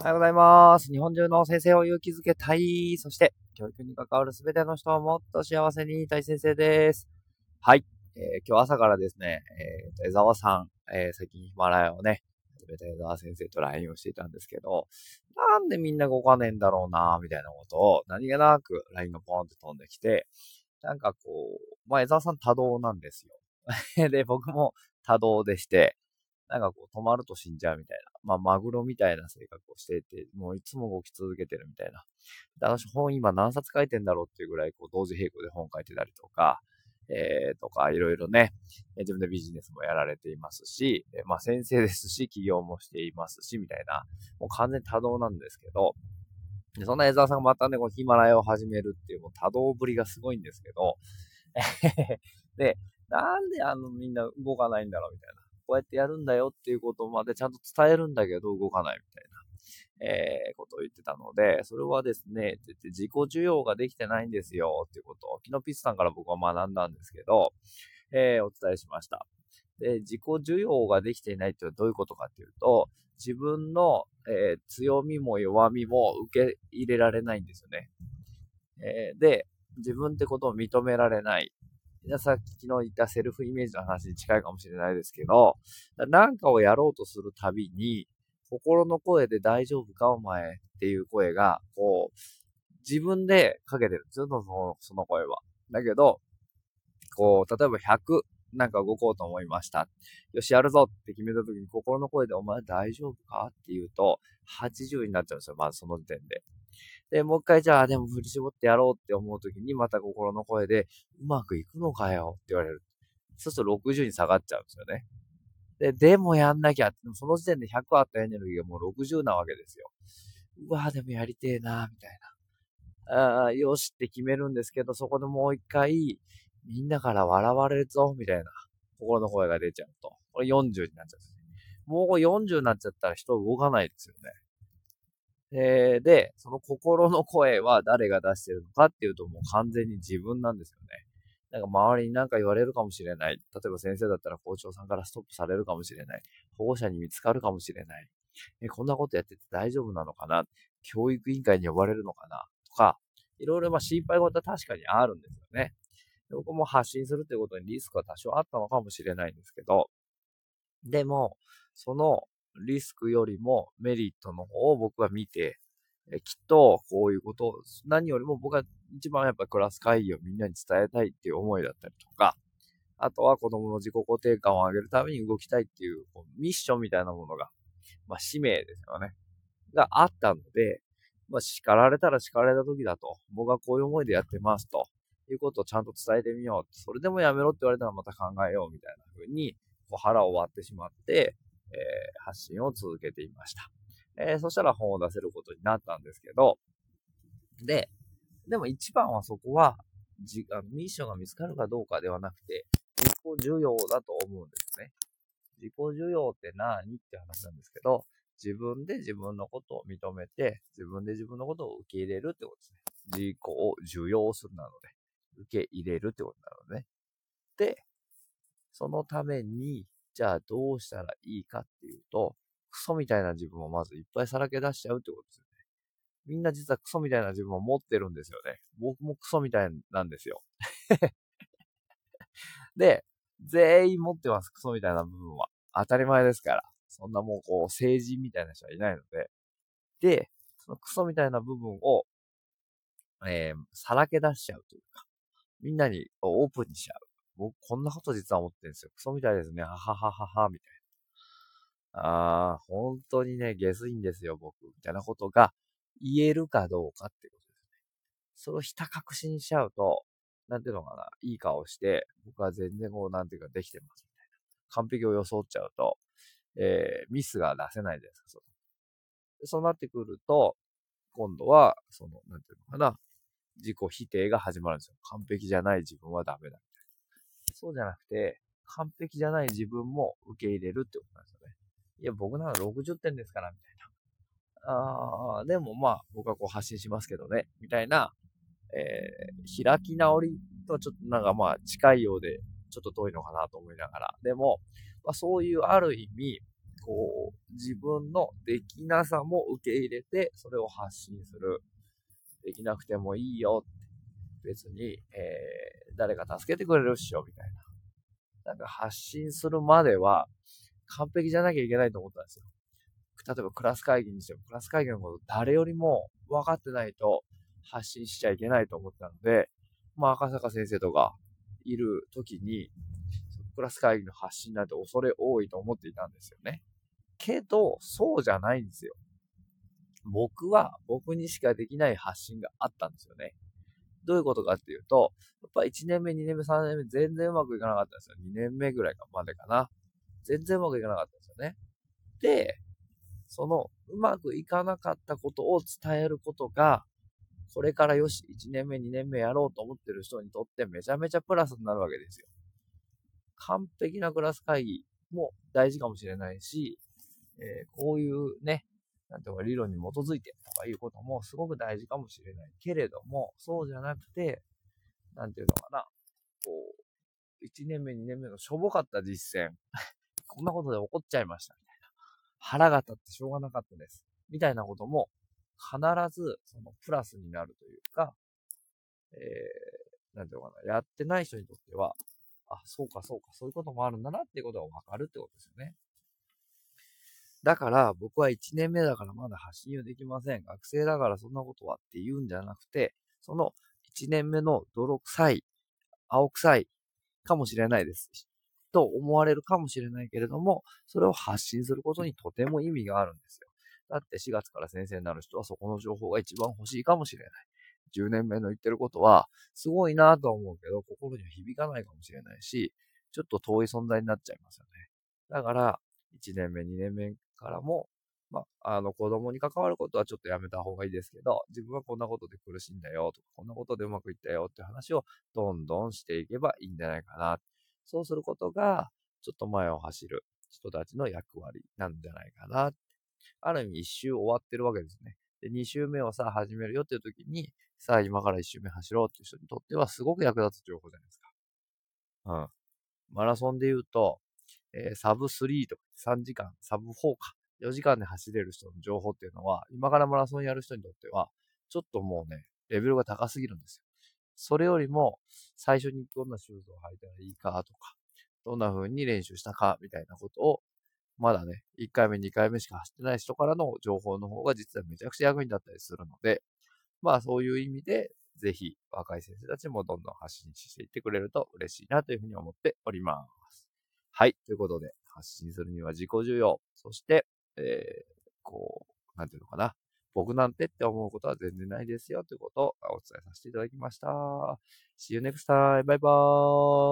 おはようございます。日本中の先生を勇気づけたい。そして、教育に関わるすべての人をもっと幸せにたい先生です。はい。今日朝からですね、江沢さん、最近ヒマラヤをね、始めた江沢先生と LINE をしていたんですけど、なんでみんな動かねえんだろうな、みたいなことを、何気なく LINE がポンって飛んできて、なんかこ江沢さん多動なんですよ。で、僕も多動でして、なんか止まると死んじゃうみたいな。マグロみたいな性格をしていて、もういつも動き続けてるみたいな。で私本今何冊書いてんだろうっていうぐらい、同時並行で本書いてたりとか、いろいろね、自分でビジネスもやられていますし、先生ですし、起業もしていますし、みたいな、もう完全に多動なんですけど、でそんな江沢さんがまたね、ヒマラヤを始めるっていうもう多動ぶりがすごいんですけど、で、なんでみんな動かないんだろうみたいな。こうやってやるんだよっていうことまでちゃんと伝えるんだけど動かないみたいな、ことを言ってたので、それはですね、って言って自己需要ができてないんですよっていうことを、昨日ピスさんから僕は学んだんですけど、お伝えしました。で、自己需要ができていないっていうのはどういうことかっていうと、自分の、強みも弱みも受け入れられないんですよね。で、自分ってことを認められない。さっきの言ったセルフイメージの話に近いかもしれないですけど、なんかをやろうとするたびに、心の声で大丈夫かお前っていう声が、自分でかけてるんですよ、その声は。だけど、例えば100なんか動こうと思いました。よし、やるぞって決めた時に心の声でお前大丈夫かって言うと、80になっちゃうんですよ、まずその時点で。で、もう一回じゃあでも振り絞ってやろうって思う時にまた心の声でうまくいくのかよって言われる。そうすると60に下がっちゃうんですよね。でもやんなきゃ。その時点で100あったエネルギーがもう60なわけですよ。うわぁ、でもやりてえなみたいな。よしって決めるんですけど、そこでもう一回、みんなから笑われるぞ、みたいな心の声が出ちゃうと。これ40になっちゃうんです。もう40になっちゃったら人動かないですよね。で、その心の声は誰が出してるのかっていうともう完全に自分なんですよね。なんか周りに何か言われるかもしれない。例えば先生だったら校長さんからストップされるかもしれない。保護者に見つかるかもしれない。こんなことやってて大丈夫なのかな、教育委員会に呼ばれるのかなとか、いろいろ心配事は確かにあるんですよね。僕も発信するってことにリスクは多少あったのかもしれないんですけど、でも、そのリスクよりもメリットの方を僕は見て、きっとこういうことを、何よりも僕は一番やっぱクラス会議をみんなに伝えたいっていう思いだったりとか、あとは子供の自己肯定感を上げるために動きたいっていうミッションみたいなものが、使命ですよね。があったので、叱られたら叱られた時だと、僕はこういう思いでやってますということをちゃんと伝えてみよう。それでもやめろって言われたらまた考えようみたいな風に、腹を割ってしまって、発信を続けていました。そしたら本を出せることになったんですけど、でも一番はそこは、ミッションが見つかるかどうかではなくて、自己需要だと思うんですね。自己需要って何って話なんですけど、自分で自分のことを認めて、自分で自分のことを受け入れるってことですね。自己を受容するなので、受け入れるってことなのでね。で、そのために、じゃあどうしたらいいかっていうと、クソみたいな自分をまずいっぱいさらけ出しちゃうってことですよね。みんな実はクソみたいな自分を持ってるんですよね。僕もクソみたいなんですよ。で、全員持ってます、クソみたいな部分は。当たり前ですから。そんなもう成人みたいな人はいないので。で、そのクソみたいな部分を、さらけ出しちゃうというか、みんなにオープンにしちゃう。僕、こんなこと実は思ってるんですよ。クソみたいですね。ははははは、みたいな。本当にね、下水んですよ、僕。みたいなことが言えるかどうかっていうことですね。それをひた隠しにしちゃうと、なんていうのかな、いい顔して、僕は全然なんていうかできてますみたいな。完璧を装っちゃうと、ミスが出せないじゃないですか。そうなってくると、今度は、なんていうのかな、自己否定が始まるんですよ。完璧じゃない自分はダメだ。そうじゃなくて、完璧じゃない自分も受け入れるってことなんですよね。いや、僕なら60点ですから、みたいな。でも僕は発信しますけどね、みたいな、開き直りとはちょっとなんか近いようで、ちょっと遠いのかなと思いながら。でも、そういうある意味、 自分のできなさも受け入れて、それを発信する。できなくてもいいよ。別に、誰か助けてくれるっしょ、みたいな。なんか発信するまでは、完璧じゃなきゃいけないと思ったんですよ。例えばクラス会議にしても、クラス会議のこと誰よりも分かってないと発信しちゃいけないと思ったので、赤坂先生とかいる時に、クラス会議の発信なんて恐れ多いと思っていたんですよね。けど、そうじゃないんですよ。僕は僕にしかできない発信があったんですよね。どういうことかっていうと、やっぱ1年目、2年目、3年目全然うまくいかなかったんですよ。2年目ぐらいまでかな。全然うまくいかなかったんですよね。で、そのうまくいかなかったことを伝えることが、これからよし、1年目、2年目やろうと思ってる人にとってめちゃめちゃプラスになるわけですよ。完璧なクラス会議も大事かもしれないし、こういうね、なんていうか理論に基づいてとかいうこともすごく大事かもしれないけれども、そうじゃなくて、なんていうのかな、1年目、2年目のしょぼかった実践、こんなことで怒っちゃいました、みたいな。腹が立ってしょうがなかったです。みたいなことも、必ず、そのプラスになるというか、なんていうのかな、やってない人にとっては、そうか、そういうこともあるんだなっていうことがわかるってことですよね。だから僕は1年目だからまだ発信できません。学生だからそんなことはって言うんじゃなくて、その1年目の泥臭い、青臭いかもしれないです。と思われるかもしれないけれども、それを発信することにとても意味があるんですよ。だって4月から先生になる人はそこの情報が一番欲しいかもしれない。10年目の言ってることは、すごいなとは思うけど、心には響かないかもしれないし、ちょっと遠い存在になっちゃいますよね。だから、1年目、2年目からも、子供に関わることはちょっとやめた方がいいですけど、自分はこんなことで苦しいんだよとか、こんなことでうまくいったよって話をどんどんしていけばいいんじゃないかな。そうすることが、ちょっと前を走る人たちの役割なんじゃないかな。ある意味一周終わってるわけですね。で、2周目をさあ始めるよっていう時に、さあ今から1周目走ろうっていう人にとってはすごく役立つ情報じゃないですか。うん。マラソンで言うと、サブ3とか3時間、サブ4か、4時間で走れる人の情報っていうのは、今からマラソンやる人にとっては、ちょっともうね、レベルが高すぎるんですよ。それよりも、最初にどんなシューズを履いたらいいかとか、どんな風に練習したかみたいなことを、まだね、1回目、2回目しか走ってない人からの情報の方が実はめちゃくちゃ役に立ったりするので、そういう意味で、ぜひ若い先生たちもどんどん発信していってくれると嬉しいなというふうに思っております。はい。ということで、発信するには自己需要、そして、なんていうのかな。僕なんてって思うことは全然ないですよということをお伝えさせていただきました。See you next time. バイバーイ。